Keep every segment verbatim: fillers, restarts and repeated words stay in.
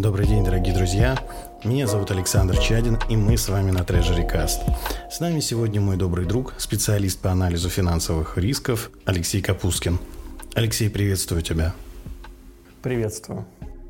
Добрый день, дорогие друзья. Меня зовут Александр Чадин, и мы с вами на Treasury Cast. С нами сегодня мой добрый друг, специалист по анализу финансовых рисков Алексей Капускин. Алексей, приветствую тебя. Приветствую.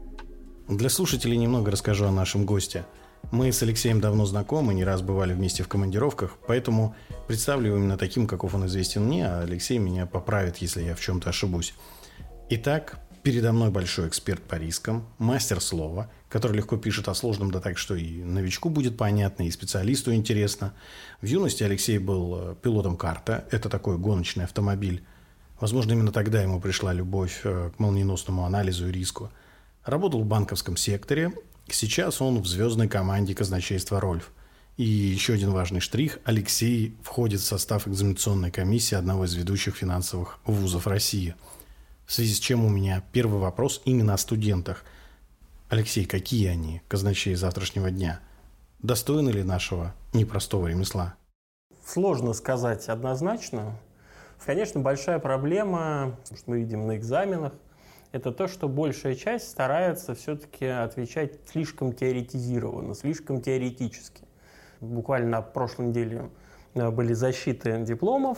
Для слушателей немного расскажу о нашем госте. Мы с Алексеем давно знакомы, не раз бывали вместе в командировках, поэтому представлю его именно таким, каков он известен мне, а Алексей меня поправит, если я в чем-то ошибусь. Итак, передо мной большой эксперт по рискам, мастер слова, который легко пишет о сложном, да так, что и новичку будет понятно, и специалисту интересно. В юности Алексей был пилотом карта, это такой гоночный автомобиль. Возможно, именно тогда ему пришла любовь к молниеносному анализу и риску. Работал в банковском секторе, сейчас он в звездной команде казначейства «Рольф». И еще один важный штрих – Алексей входит в состав экзаменационной комиссии одного из ведущих финансовых вузов России. В связи с чем у меня первый вопрос именно о студентах. Алексей, какие они, казначеи завтрашнего дня? Достойны ли нашего непростого ремесла? Сложно сказать однозначно. Конечно, большая проблема, что мы видим на экзаменах, это то, что большая часть старается все-таки отвечать слишком теоретизированно, слишком теоретически. Буквально на прошлой неделе были защиты дипломов,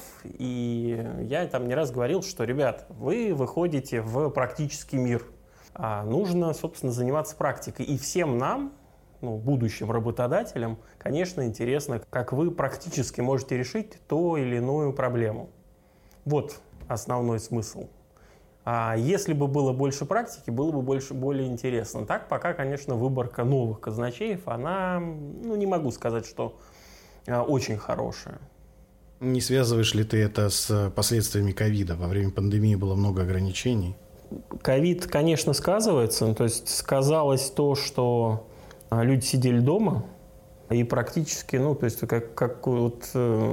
и я там не раз говорил, что, ребят, вы выходите в практический мир, а нужно, собственно, заниматься практикой. И всем нам, ну, будущим работодателям, конечно, интересно, как вы практически можете решить ту или иную проблему. Вот основной смысл. А если бы было больше практики, было бы больше, более интересно. Так, пока, конечно, выборка новых казначеев, она, ну, не могу сказать, что очень хорошая. Не связываешь ли ты это с последствиями ковида? Во время пандемии было много ограничений. Ковид, конечно, сказывается. То есть сказалось то, что люди сидели дома и практически, ну, то есть как, как вот,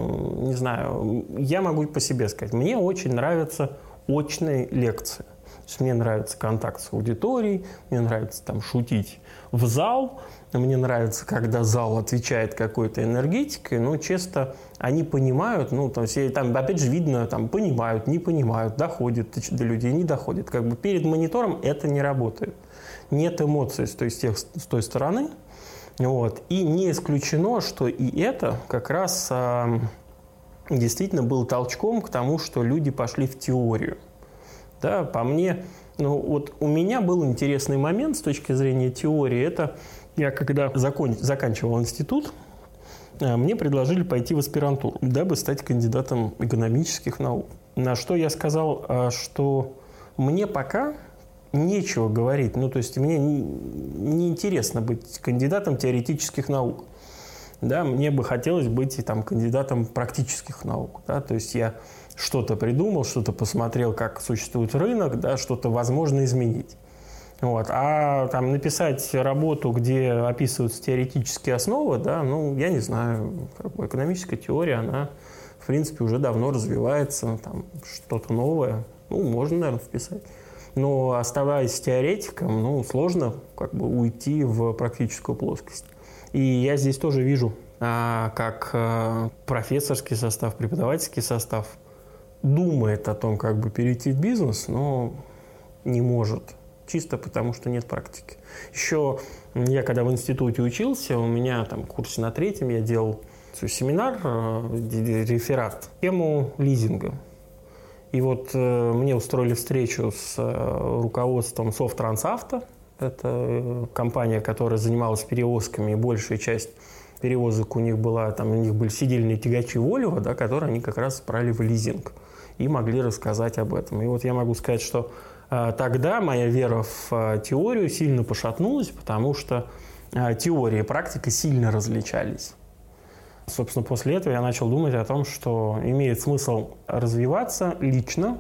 не знаю, я могу по себе сказать, мне очень нравятся очные лекции. То есть мне нравится контакт с аудиторией, мне нравится там шутить в зал, мне нравится, когда зал отвечает какой-то энергетикой, но часто они понимают, ну, то есть там, опять же, видно, там, понимают, не понимают, доходит до людей, не доходит. Как бы перед монитором это не работает. Нет эмоций с той, с тех, с той стороны. Вот. И не исключено, что и это как раз а, действительно было толчком к тому, что люди пошли в теорию. Да, по мне, ну, вот у меня был интересный момент с точки зрения теории. Это я когда закон, заканчивал институт, мне предложили пойти в аспирантуру, дабы стать кандидатом экономических наук. На что я сказал, что мне пока нечего говорить. Ну, то есть мне неинтересно быть кандидатом теоретических наук. Да, мне бы хотелось быть и, там, кандидатом практических наук. Да, то есть я что-то придумал, что-то посмотрел, как существует рынок, да, что-то возможно изменить. Вот. А там написать работу, где описываются теоретические основы, да, ну, я не знаю, как бы экономическая теория, она, в принципе, уже давно развивается, там, что-то новое, ну, можно, наверное, вписать. Но оставаясь теоретиком, ну, сложно как бы уйти в практическую плоскость. И я здесь тоже вижу, а, как а, профессорский состав, преподавательский состав думает о том, как бы перейти в бизнес, но не может. Чисто потому, что нет практики. Еще я, когда в институте учился, у меня там в курсе на третьем я делал семинар, реферат, тему лизинга. И вот э, мне устроили встречу с э, руководством Софтрансавто. Это компания, которая занималась перевозками, и большая часть перевозок у них была, там у них были сидельные тягачи Volvo, да, которые они как раз брали в лизинг и могли рассказать об этом. И вот я могу сказать, что тогда моя вера в теорию сильно пошатнулась, потому что теория и практика сильно различались. Собственно, после этого я начал думать о том, что имеет смысл развиваться лично,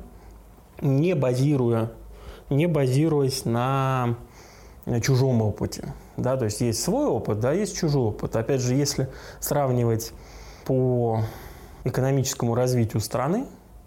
не базируя, не базируясь на чужом опыте. Да, то есть есть свой опыт, да, есть чужой опыт. Опять же, если сравнивать по экономическому развитию страны,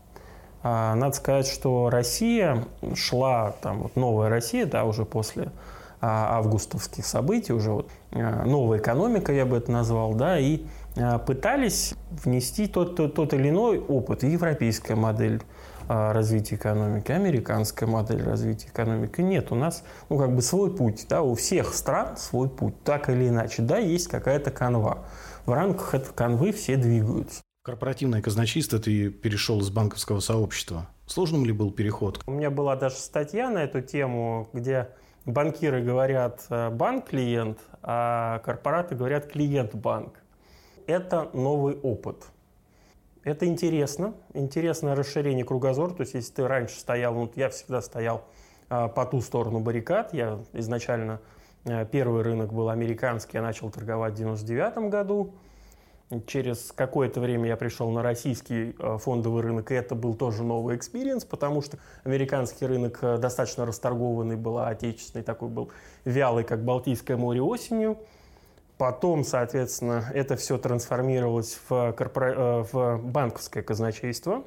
надо сказать, что Россия шла, там, вот новая Россия, да, уже после а, августовских событий, уже вот, а, новая экономика, я бы это назвал, да, и а, пытались внести тот, тот, тот или иной опыт, европейская модель, развития экономики, американская модель развития экономики. Нет, у нас ну, как бы свой путь, да, у всех стран свой путь, так или иначе. Да, есть какая-то канва. В рамках этой канвы все двигаются. В корпоративное казначейство ты перешел из банковского сообщества. Сложным ли был переход? У меня была даже статья на эту тему, где банкиры говорят банк-клиент, а корпораты говорят клиент-банк. Это новый опыт. Это интересно, интересное расширение кругозора. То есть, если ты раньше стоял, ну, я всегда стоял а, по ту сторону баррикад. Я изначально, а, первый рынок был американский, я начал торговать в девяносто девятом году. Через какое-то время я пришел на российский а, фондовый рынок, и это был тоже новый экспириенс, потому что американский рынок а, достаточно расторгованный был, а отечественный такой был вялый, как Балтийское море осенью. Потом, соответственно, это все трансформировалось в, корпора... в банковское казначейство.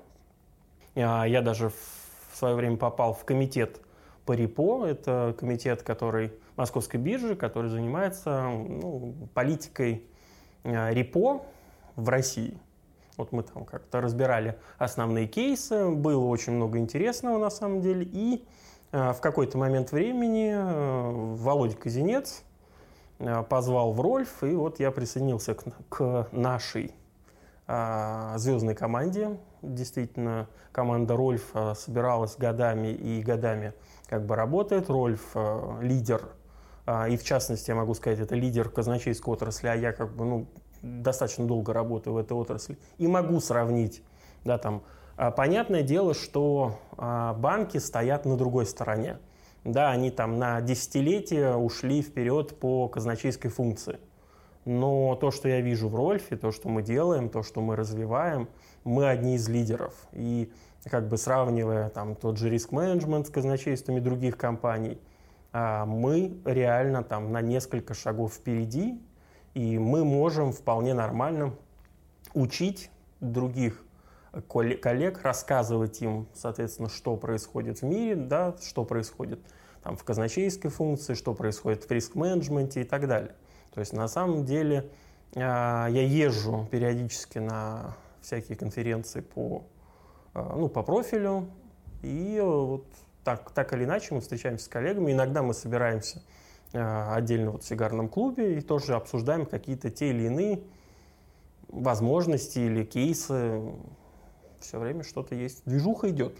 Я даже в свое время попал в комитет по репо. Это комитет, который Московской биржи, который занимается ну, политикой репо в России. Вот мы там как-то разбирали основные кейсы, было очень много интересного на самом деле. И в какой-то момент времени Володя Козинец позвал в Рольф, и вот я присоединился к, к нашей а, звездной команде. Действительно, команда Рольф а, собиралась годами и годами как бы работает. Рольф а, лидер, а, и в частности, я могу сказать, это лидер казначейской отрасли, а я как бы ну, достаточно долго работаю в этой отрасли и могу сравнить. Да, там, а, понятное дело, что а, банки стоят на другой стороне. Да, они там на десятилетия ушли вперед по казначейской функции. Но то, что я вижу в Рольфе, то, что мы делаем, то, что мы развиваем, мы одни из лидеров. И как бы сравнивая там, тот же риск-менеджмент с казначействами других компаний, мы реально там на несколько шагов впереди, и мы можем вполне нормально учить других коллег, рассказывать им, соответственно, что происходит в мире, да, что происходит там, в казначейской функции, что происходит в риск-менеджменте и так далее. То есть на самом деле я езжу периодически на всякие конференции по, ну, по профилю, и вот так, так или иначе мы встречаемся с коллегами. Иногда мы собираемся отдельно вот в сигарном клубе и тоже обсуждаем какие-то те или иные возможности или кейсы. Все время что-то есть. Движуха идет.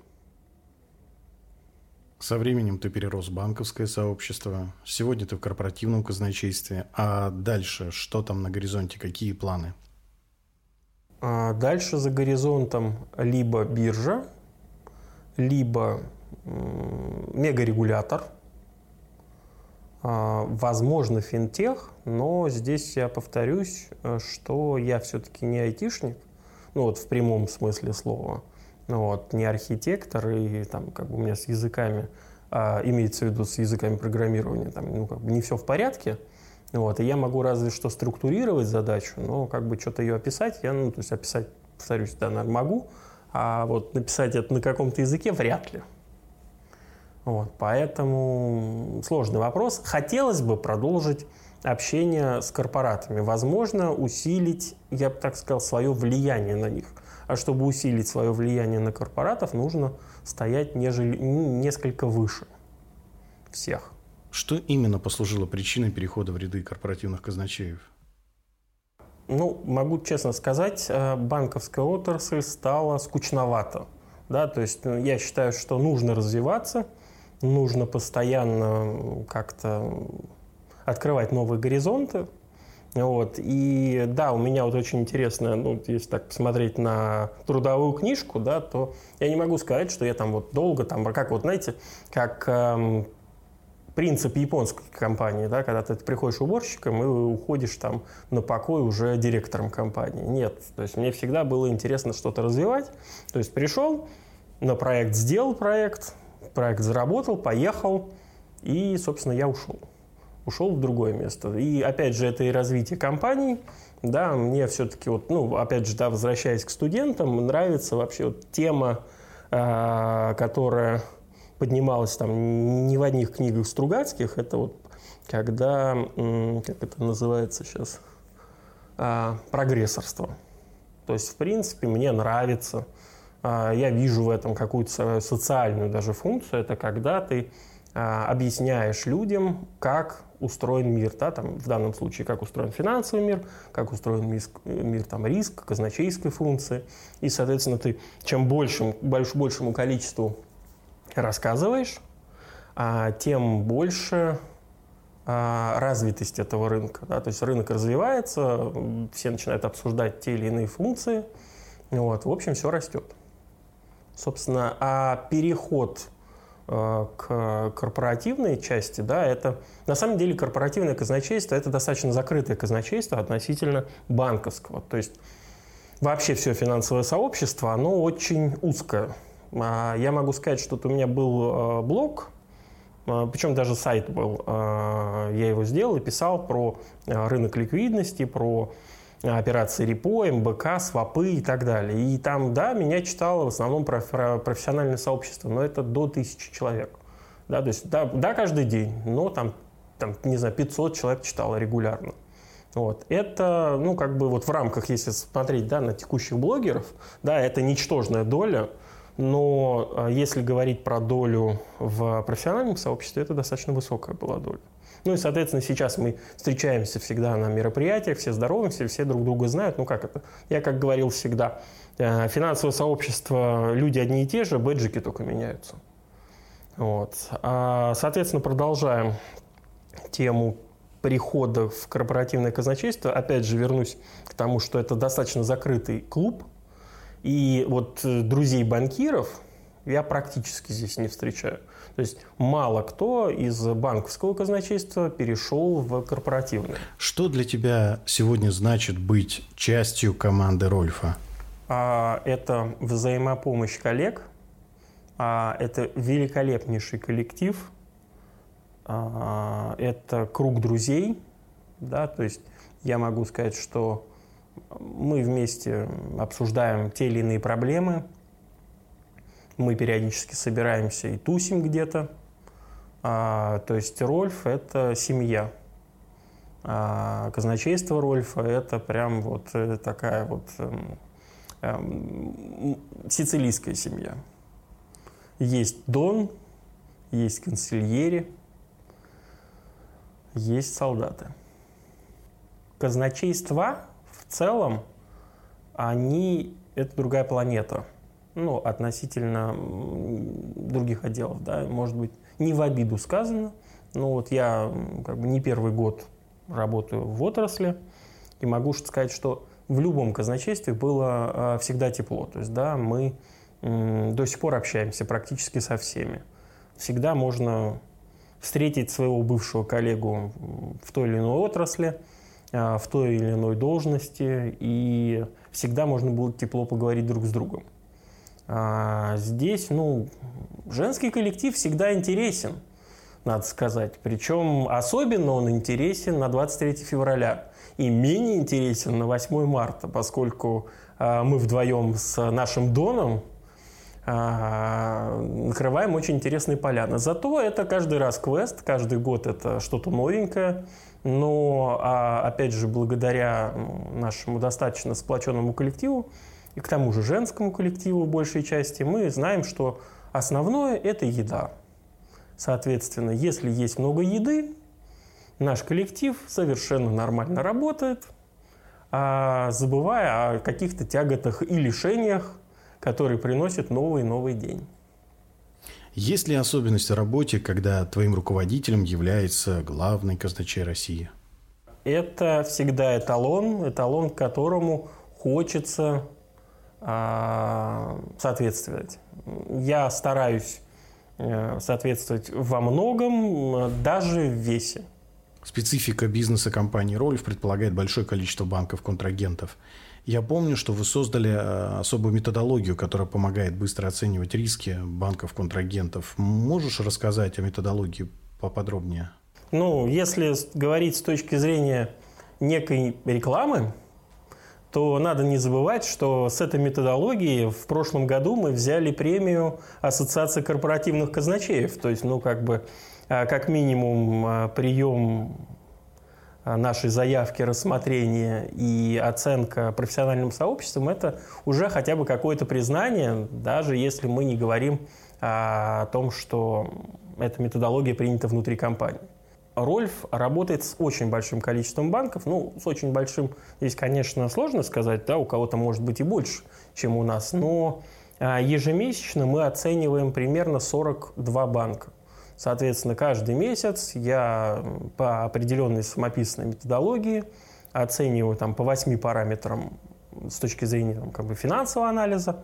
Со временем ты перерос в банковское сообщество. Сегодня ты в корпоративном казначействе. А дальше что там на горизонте? Какие планы? А дальше за горизонтом либо биржа, либо м- мегарегулятор. А, возможно, финтех, но здесь я повторюсь, что я все-таки не айтишник. Ну вот в прямом смысле слова, ну, вот, не архитектор, и там как бы у меня с языками, а, имеется в виду с языками программирования, там, ну, как бы не все в порядке, вот, и я могу разве что структурировать задачу, но как бы что-то ее описать, я, ну, то есть описать, повторюсь, да, наверное, могу, а вот написать это на каком-то языке вряд ли. Вот, поэтому сложный вопрос. Хотелось бы продолжить общение с корпоратами. Возможно, усилить, я бы так сказал, свое влияние на них. А чтобы усилить свое влияние на корпоратов, нужно стоять нежели, несколько выше всех. Что именно послужило причиной перехода в ряды корпоративных казначеев? Ну, могу честно сказать, банковская отрасль стала скучновата. Да, то есть я считаю, что нужно развиваться, нужно постоянно как-то открывать новые горизонты. Вот. И да, у меня вот очень интересно, ну, если так посмотреть на трудовую книжку, да, то я не могу сказать, что я там вот долго, там, как вот, знаете, как эм, принцип японской компании, да, когда ты приходишь уборщиком и уходишь там на покой уже директором компании. Нет, то есть мне всегда было интересно что-то развивать. То есть пришел на проект, сделал проект, проект заработал, поехал, и, собственно, я ушел. Ушел в другое место. И, опять же, это и развитие компаний. Да, мне все-таки, вот, ну, опять же, да, возвращаясь к студентам, нравится вообще вот тема, э, которая поднималась там не в одних книгах Стругацких. Это вот когда, э, как это называется сейчас, э, прогрессорство. То есть, в принципе, мне нравится я вижу в этом какую-то социальную даже функцию. Это когда ты объясняешь людям, как устроен мир, да, там, в данном случае, как устроен финансовый мир, как устроен мир, мир там, риск, казначейской функции. И, соответственно, ты чем большим, больш, большему количеству рассказываешь, тем больше развитость этого рынка. Да? То есть рынок развивается, все начинают обсуждать те или иные функции. Вот, в общем, все растет. Собственно, а переход к корпоративной части, да, это на самом деле корпоративное казначейство – это достаточно закрытое казначейство относительно банковского. То есть вообще все финансовое сообщество, оно очень узкое. Я могу сказать, что у меня был блог, причем даже сайт был, я его сделал и писал про рынок ликвидности, про операции репо, эм бэ ка, свапы и так далее. И там, да, меня читало в основном профессиональное сообщество, но это до тысячи человек. Да, то есть, да, да, каждый день, но там, там, не знаю, пятьсот человек читало регулярно. Вот. Это, ну, как бы вот в рамках, если смотреть, да, на текущих блогеров, да, это ничтожная доля, но если говорить про долю в профессиональном сообществе, это достаточно высокая была доля. Ну и, соответственно, сейчас мы встречаемся всегда на мероприятиях, все здороваемся, все друг друга знают. Ну как это? Я, как говорил всегда, финансовое сообщество, люди одни и те же, бэджики только меняются. Вот. А, соответственно, продолжаем тему перехода в корпоративное казначейство. Опять же, вернусь к тому, что это достаточно закрытый клуб. И вот друзей банкиров я практически здесь не встречаю. То есть мало кто из банковского казначейства перешел в корпоративное. Что для тебя сегодня значит быть частью команды Рольфа? А, это взаимопомощь коллег, а, это великолепнейший коллектив, а, это круг друзей. Да, то есть я могу сказать, что мы вместе обсуждаем те или иные проблемы. Мы периодически собираемся и тусим где-то. А, то есть Рольф – это семья. А казначейство Рольфа – это прям вот такая вот эм, эм, сицилийская семья. Есть дон, есть консильери, есть солдаты. Казначейства в целом, они – это другая планета. Ну, относительно других отделов, да, может быть, не в обиду сказано, но вот я как бы не первый год работаю в отрасли и могу сказать, что в любом казначействе было всегда тепло, то есть, да, мы до сих пор общаемся практически со всеми. Всегда можно встретить своего бывшего коллегу в той или иной отрасли, в той или иной должности, и всегда можно было тепло поговорить друг с другом. А здесь, ну, женский коллектив всегда интересен, надо сказать. Причем особенно он интересен на двадцать третьего февраля и менее интересен на восьмое марта, поскольку а, мы вдвоем с нашим доном а, накрываем очень интересные поляны. Зато это каждый раз квест, каждый год это что-то новенькое. Но, а, опять же, благодаря нашему достаточно сплоченному коллективу, и к тому же женскому коллективу в большей части, мы знаем, что основное – это еда. Соответственно, если есть много еды, наш коллектив совершенно нормально работает, а забывая о каких-то тяготах и лишениях, которые приносят новый и новый день. Есть ли особенности в работе, когда твоим руководителем является главный казначей России? Это всегда эталон, эталон, к которому хочется соответствовать. Я стараюсь соответствовать во многом, даже в весе. Специфика бизнеса компании «Рольф» предполагает большое количество банков-контрагентов. Я помню, что вы создали особую методологию, которая помогает быстро оценивать риски банков-контрагентов. Можешь рассказать о методологии поподробнее? Ну, если говорить с точки зрения некой рекламы, то надо не забывать, что с этой методологией в прошлом году мы взяли премию Ассоциации корпоративных казначеев. То есть, ну, как бы, как минимум, прием нашей заявки, рассмотрения и оценка профессиональным сообществом, это уже хотя бы какое-то признание, даже если мы не говорим о том, что эта методология принята внутри компании. Рольф работает с очень большим количеством банков. Ну, с очень большим здесь, конечно, сложно сказать, да, у кого-то может быть и больше, чем у нас, но ежемесячно мы оцениваем примерно сорок два банка. Соответственно, каждый месяц я по определенной самописной методологии оцениваю там, по восьми параметрам с точки зрения там, как бы, финансового анализа.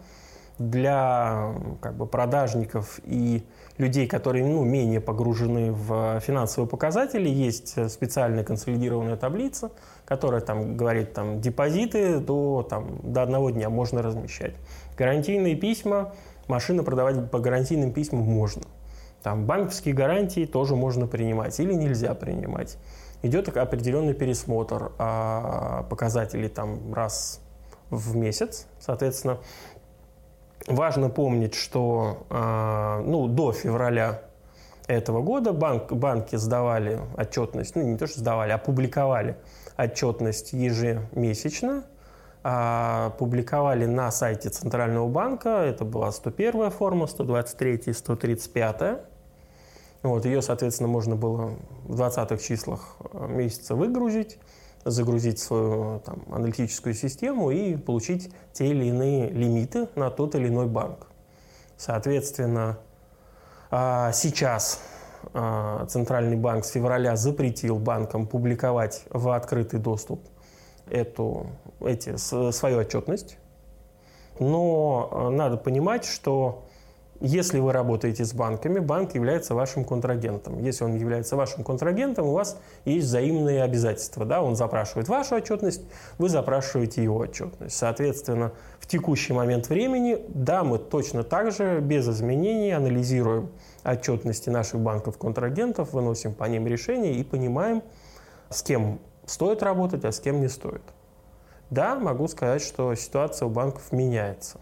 Для как бы, продажников и людей, которые ну, менее погружены в финансовые показатели, есть специальная консолидированная таблица, которая там, говорит, там, депозиты до, там, до одного дня можно размещать. Гарантийные письма, машины продавать по гарантийным письмам можно. Там, банковские гарантии тоже можно принимать или нельзя принимать. Идет определенный пересмотр а, показателей там, раз в месяц, соответственно. Важно помнить, что э, ну, до февраля этого года банк, банки сдавали отчетность, ну не то что сдавали, а публиковали отчетность ежемесячно, а публиковали на сайте Центрального банка, это была сто первая форма, сто двадцать третья, сто тридцать пятая. Вот, ее, соответственно, можно было в двадцатых числах месяца выгрузить, загрузить свою там, аналитическую систему и получить те или иные лимиты на тот или иной банк. Соответственно, сейчас Центральный банк с февраля запретил банкам публиковать в открытый доступ эту, эти, свою отчетность. Но надо понимать, что если вы работаете с банками, банк является вашим контрагентом. Если он является вашим контрагентом, у вас есть взаимные обязательства. Да? Он запрашивает вашу отчетность, вы запрашиваете его отчетность. Соответственно, в текущий момент времени, да, мы точно так же, без изменений, анализируем отчетности наших банков-контрагентов, выносим по ним решения и понимаем, с кем стоит работать, а с кем не стоит. Да, могу сказать, что ситуация у банков меняется.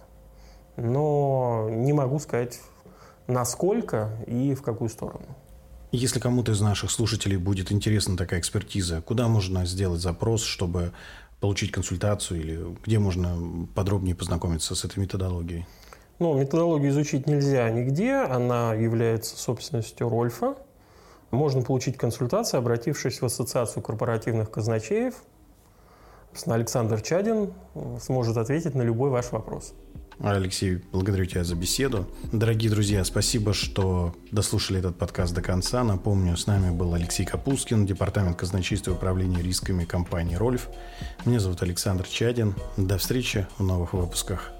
Но не могу сказать, насколько и в какую сторону. Если кому-то из наших слушателей будет интересна такая экспертиза, куда можно сделать запрос, чтобы получить консультацию, или где можно подробнее познакомиться с этой методологией? Ну, методологию изучить нельзя нигде, она является собственностью Рольфа. Можно получить консультацию, обратившись в Ассоциацию корпоративных казначеев. Александр Чадин сможет ответить на любой ваш вопрос. Алексей, благодарю тебя за беседу. Дорогие друзья, спасибо, что дослушали этот подкаст до конца. Напомню, с нами был Алексей Капускин, департамент казначейства и управления рисками компании «Рольф». Меня зовут Александр Чадин. До встречи в новых выпусках.